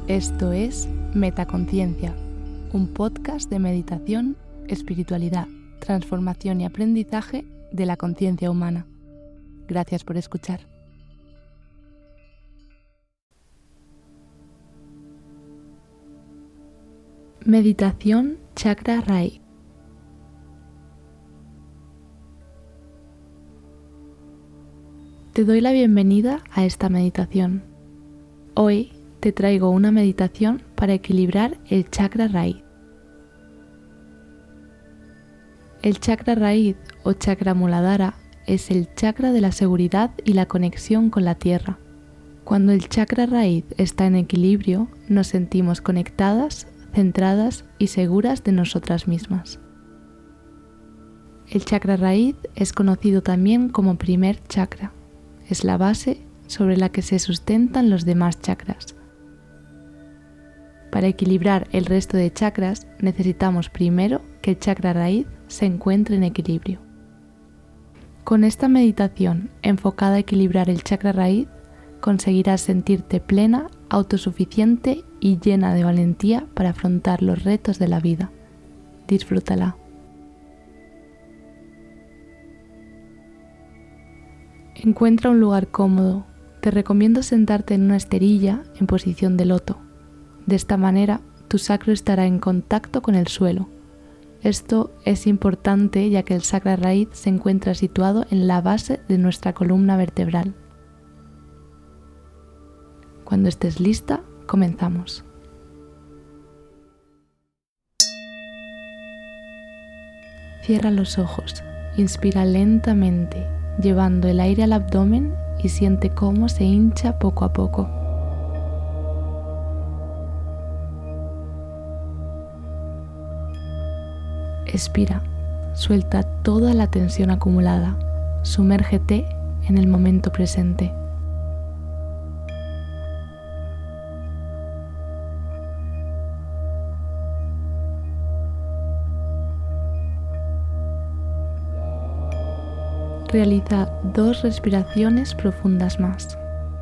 Esto es Metaconciencia, un podcast de meditación, espiritualidad, transformación y aprendizaje de la conciencia humana. Gracias por escuchar. Meditación Chakra Raíz. Te doy la bienvenida a esta meditación. Hoy te traigo una meditación para equilibrar el chakra raíz. El chakra raíz o chakra muladhara es el chakra de la seguridad y la conexión con la tierra. Cuando el chakra raíz está en equilibrio, nos sentimos conectadas, centradas y seguras de nosotras mismas. El chakra raíz es conocido también como primer chakra. Es la base sobre la que se sustentan los demás chakras. Para equilibrar el resto de chakras, necesitamos primero que el chakra raíz se encuentre en equilibrio. Con esta meditación enfocada a equilibrar el chakra raíz, conseguirás sentirte plena, autosuficiente y llena de valentía para afrontar los retos de la vida. Disfrútala. Encuentra un lugar cómodo. Te recomiendo sentarte en una esterilla en posición de loto. De esta manera, tu sacro estará en contacto con el suelo. Esto es importante ya que el chakra raíz se encuentra situado en la base de nuestra columna vertebral. Cuando estés lista, comenzamos. Cierra los ojos, inspira lentamente, llevando el aire al abdomen y siente cómo se hincha poco a poco. Expira, suelta toda la tensión acumulada, sumérgete en el momento presente. Realiza 2 respiraciones profundas más.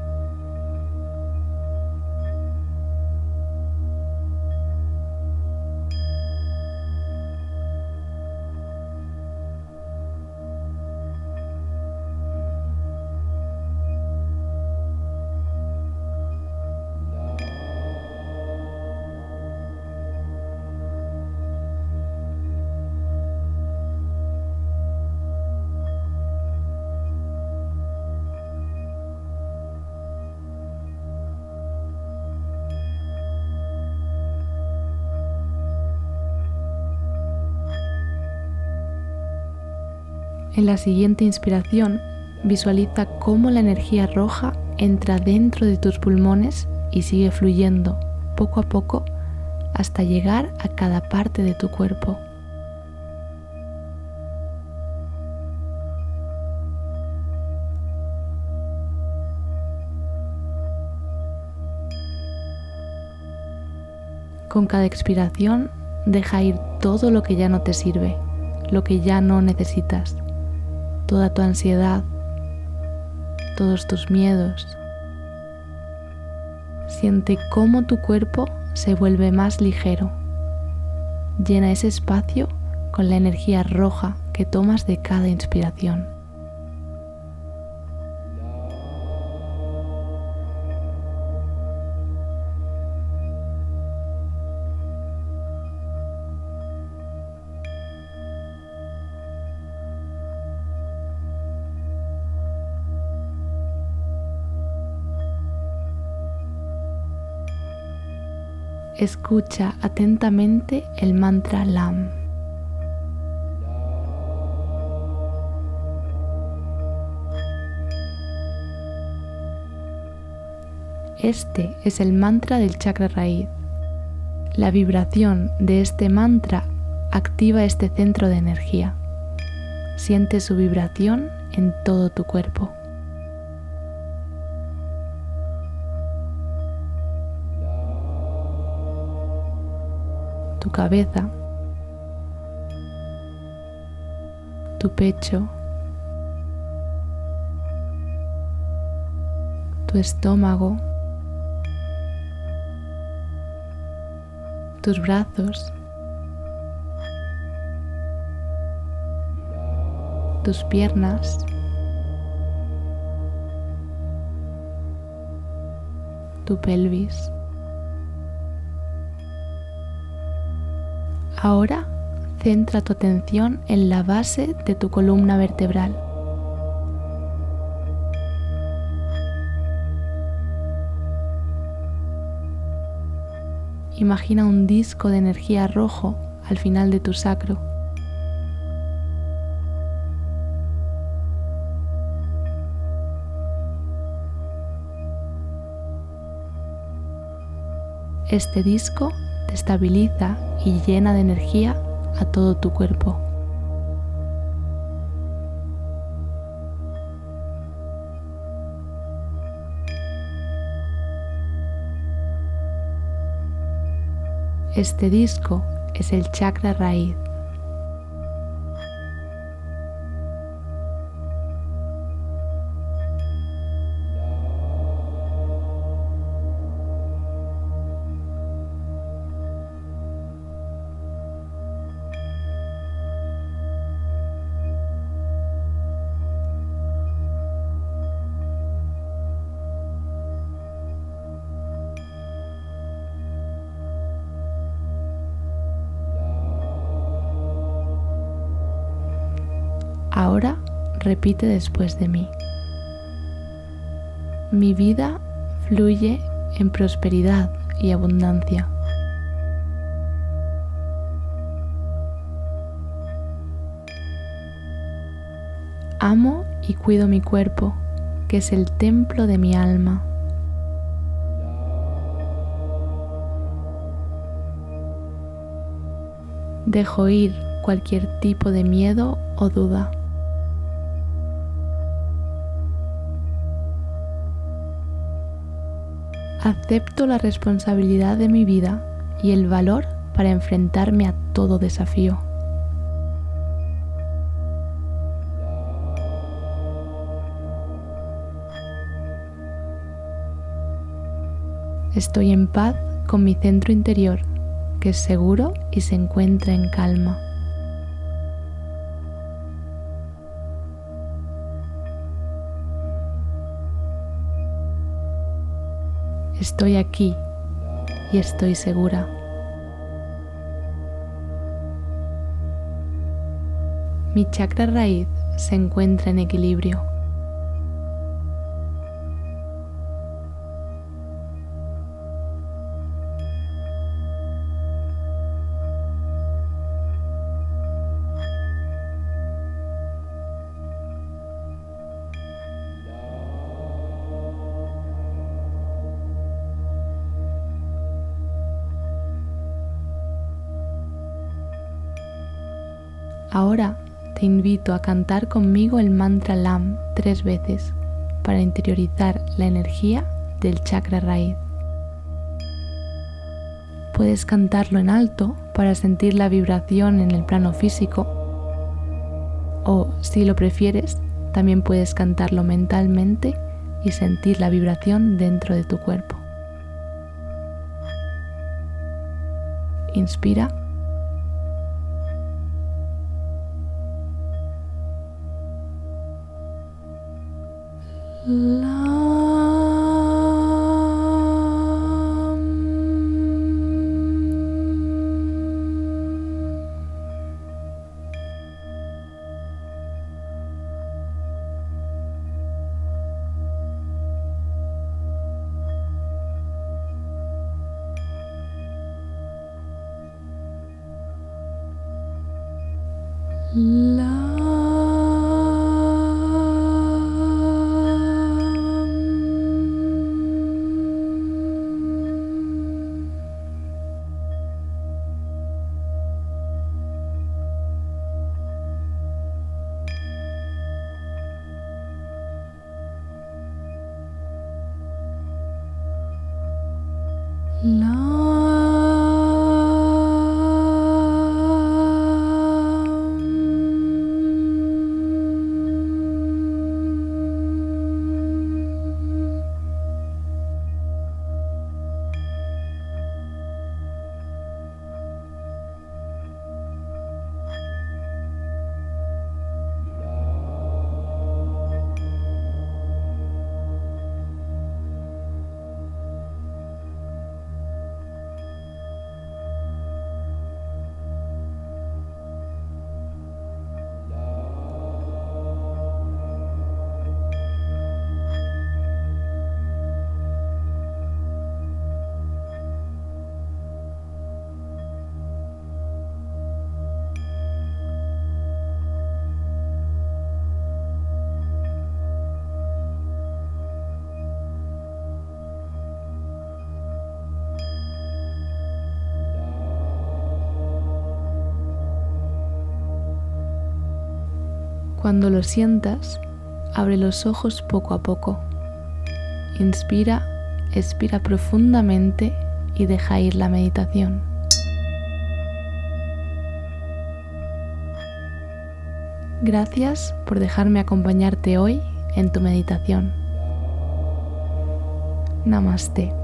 En la siguiente inspiración, visualiza cómo la energía roja entra dentro de tus pulmones y sigue fluyendo poco a poco hasta llegar a cada parte de tu cuerpo. Con cada expiración, deja ir todo lo que ya no te sirve, lo que ya no necesitas. Toda tu ansiedad, todos tus miedos. Siente cómo tu cuerpo se vuelve más ligero. Llena ese espacio con la energía roja que tomas de cada inspiración. Escucha atentamente el mantra LAM. Este es el mantra del chakra raíz. La vibración de este mantra activa este centro de energía. Siente su vibración en todo tu cuerpo. Tu cabeza, tu pecho, tu estómago, tus brazos, tus piernas, tu pelvis. Ahora centra tu atención en la base de tu columna vertebral. Imagina un disco de energía rojo al final de tu sacro. Este disco te estabiliza y llena de energía a todo tu cuerpo. Este disco es el chakra raíz. Ahora repite después de mí. Mi vida fluye en prosperidad y abundancia. Amo y cuido mi cuerpo, que es el templo de mi alma. Dejo ir cualquier tipo de miedo o duda. Acepto la responsabilidad de mi vida y el valor para enfrentarme a todo desafío. Estoy en paz con mi centro interior, que es seguro y se encuentra en calma. Estoy aquí y estoy segura. Mi chakra raíz se encuentra en equilibrio. Ahora te invito a cantar conmigo el mantra LAM 3 veces para interiorizar la energía del chakra raíz. Puedes cantarlo en alto para sentir la vibración en el plano físico, o si lo prefieres, también puedes cantarlo mentalmente y sentir la vibración dentro de tu cuerpo. Inspira. Cuando lo sientas, abre los ojos poco a poco. Inspira, expira profundamente y deja ir la meditación. Gracias por dejarme acompañarte hoy en tu meditación. Namaste.